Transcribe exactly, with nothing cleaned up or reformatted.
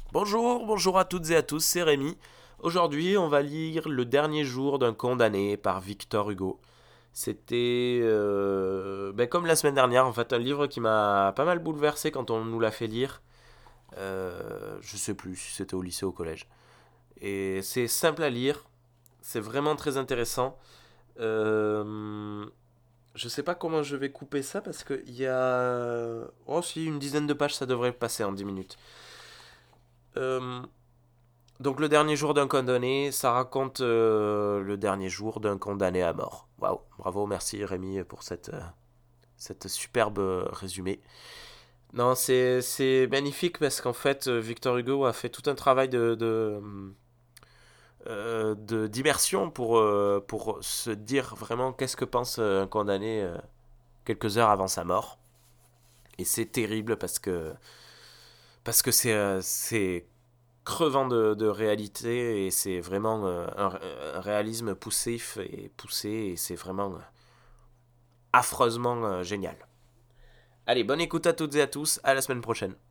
Bonjour, bonjour à toutes et à tous, c'est Rémi. Aujourd'hui, on va lire Le dernier jour d'un condamné par Victor Hugo. C'était, euh, ben, comme la semaine dernière, en fait, un livre qui m'a pas mal bouleversé quand on nous l'a fait lire. Euh, je sais plus si c'était au lycée ou au collège. Et c'est simple à lire, c'est vraiment très intéressant. Euh, je sais pas comment je vais couper ça parce qu'il y a. Oh, si, une dizaine de pages, ça devrait passer en dix minutes. Euh, Donc le dernier jour d'un condamné, ça raconte euh, le dernier jour d'un condamné à mort. Waouh, bravo, merci Rémi pour cette, euh, cette superbe euh, résumé. Non, c'est, c'est magnifique parce qu'en fait, euh, Victor Hugo a fait tout un travail de, de, euh, de- d'immersion pour, euh, pour se dire vraiment qu'est-ce que pense euh, un condamné euh, quelques heures avant sa mort. Et c'est terrible parce que, parce que c'est, euh, c'est crevant de, de réalité et c'est vraiment euh, un, un réalisme poussif et poussé et c'est vraiment euh, affreusement euh, génial. Allez, bonne écoute à toutes et à tous, à la semaine prochaine.